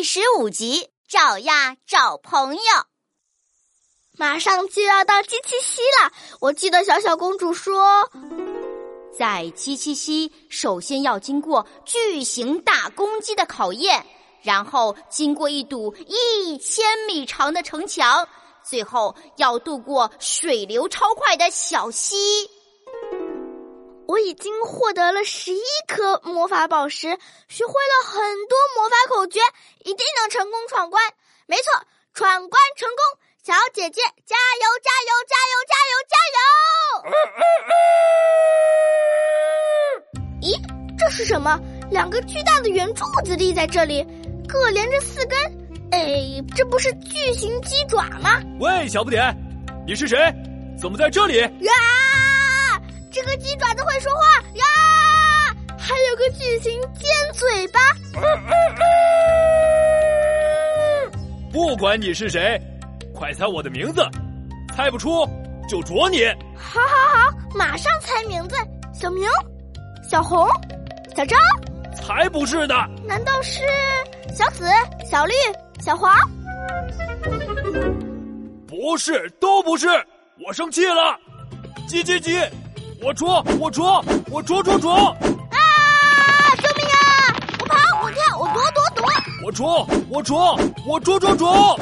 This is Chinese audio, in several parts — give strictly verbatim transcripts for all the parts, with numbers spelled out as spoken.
第十五集，找呀找朋友。 马上就要到七七夕了，我记得小小公主说， 在七七夕首先要经过巨型大公鸡的考验，然后经过一堵一千米长的城墙，最后要渡过水流超快的小溪。 我已经获得了十一颗魔法宝石，学会了很多魔法口诀，一定能成功闯关。没错，闯关成功！小姐姐，加油加油加油加油加油！咦，这是什么？两个巨大的圆柱子立在这里，各连着四根。哎，这不是巨型鸡爪吗？ 喂，小不点，你是谁？怎么在这里？ 呀！这个鸡爪子会说话呀！还有个巨型尖嘴巴。 不管你是谁，快猜我的名字，猜不出就啄你。 好好好，马上猜名字。小明、小红、小张， 才不是呢！ 难道是小紫、小绿、小黄？ 不是，都不是！我生气了！叽叽叽！我啄，我啄，我啄啄啄！ 啊！救命啊！我跑，我跳，我躲躲躲！ 我啄，我啄，我啄啄啄！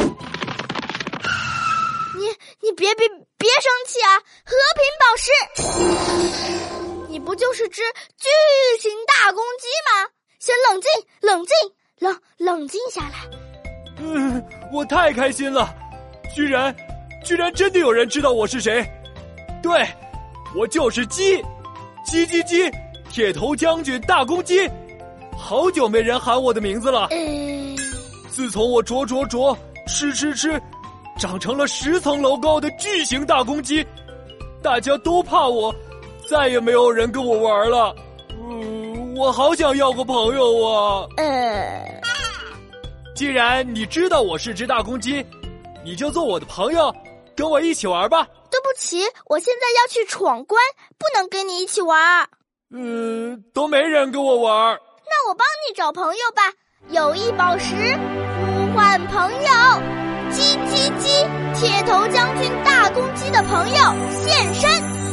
你你别别别生气啊！和平宝石，你不就是只巨型大公鸡吗？先冷静，冷静，冷冷静下来。 嗯，我太开心了，居然，居然真的有人知道我是谁。对。我就是鸡，叽叽叽，铁头将军大公鸡，好久没人喊我的名字了。 嗯、 自从我啄啄啄，吃吃吃，长成了十层楼高的巨型大公鸡，大家都怕我，再也没有人跟我玩了。嗯，我好想要个朋友啊。 呃， 既然你知道我是只大公鸡，你就做我的朋友，跟我一起玩吧。 对不起，我现在要去闯关，不能跟你一起玩。 嗯，都没人跟我玩。 那我帮你找朋友吧。友谊宝石，呼唤朋友。叽叽叽，铁头将军大公鸡的朋友现身。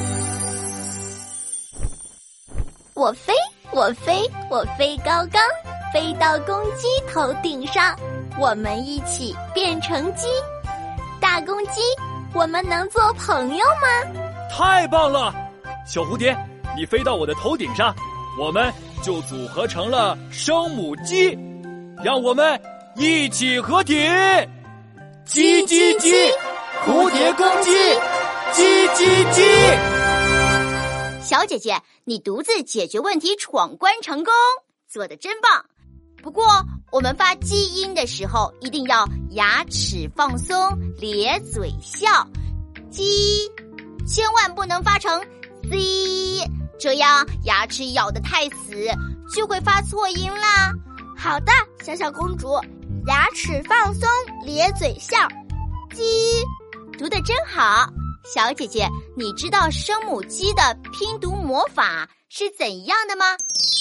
我飞，我飞，我飞高高，飞到公鸡头顶上，我们一起变成鸡。大公鸡，我们能做朋友吗？ 太棒了！小蝴蝶，你飞到我的头顶上，我们就组合成了声母鸡，让我们一起合体。叽叽叽，蝴蝶公鸡，叽叽叽。 小姐姐，你独自解决问题，闯关成功，做得真棒。不过我们发基音的时候一定要牙齿放松，咧嘴笑，鸡，千万不能发成 C， 这样牙齿咬得太死就会发错音啦。 好的，小小公主，牙齿放松，咧嘴笑，鸡， 读得真好。小姐姐，你知道声母鸡的拼读魔法是怎样的吗？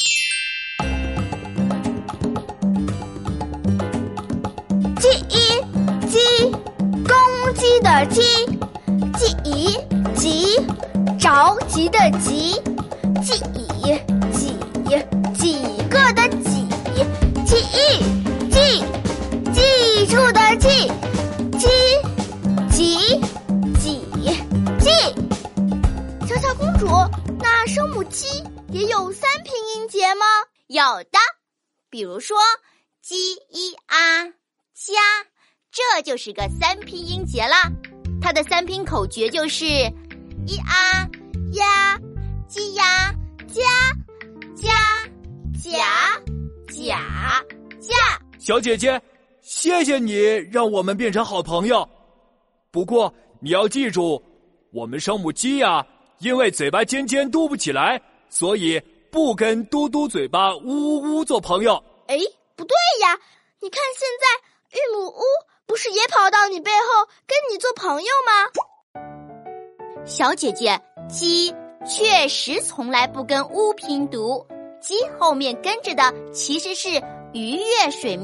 鸡一鸡，公鸡的鸡，鸡一急，着急的急，记一几几个的几，记忆记记住的记，记几几记。小小公主，那声母鸡也有三拼音节吗？ 有的，比如说鸡一啊加，这就是个三拼音节啦。它的三拼口诀就是一啊呀，鸡呀加加甲甲驾。 小姐姐，谢谢你让我们变成好朋友。不过你要记住，我们声母鸡呀，因为嘴巴尖尖嘟不起来，所以不跟嘟嘟嘴巴呜呜呜做朋友。 哎，不对呀，你看现在韵母乌不是也跑到你背后跟你做朋友吗？ 小姐姐，鸡确实从来不跟乌拼读，鸡后面跟着的其实是鱼跃水面、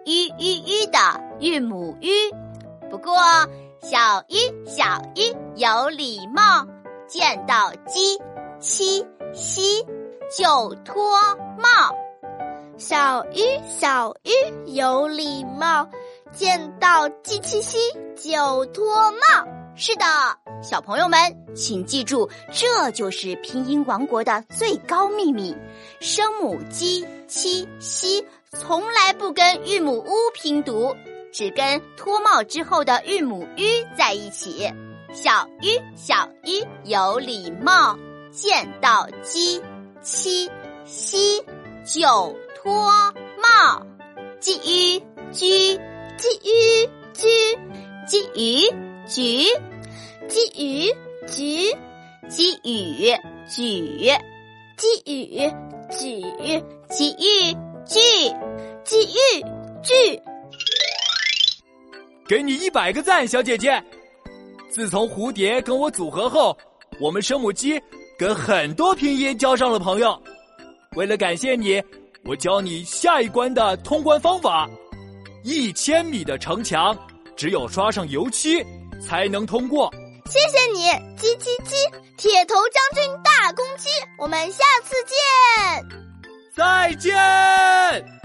吁吁吁的韵母吁。不过小鱼小鱼有礼貌，见到鸡七夕就脱帽。 小鱼小鱼有礼貌，见到鸡七夕就脱帽。 是的，小朋友们请记住，这就是拼音王国的最高秘密。声母鸡七夕从来不跟韵母 u 拼读，只跟脱帽之后的韵母 ü 在一起。小鱼小鱼有礼貌，见到鸡七夕就脱帽。鸡鱼居鸡鱼居鸡鱼举鸡鱼举鸡语举鸡语举鸡玉句鸡玉句。 给你一百个赞，小姐姐！自从蝴蝶跟我组合后，我们声母鸡跟很多拼音交上了朋友。为了感谢你，我教你下一关的通关方法。一千米的城墙，只有刷上油漆才能通过。 谢谢你，鸡鸡鸡，铁头将军大公鸡，我们下次见。 再见。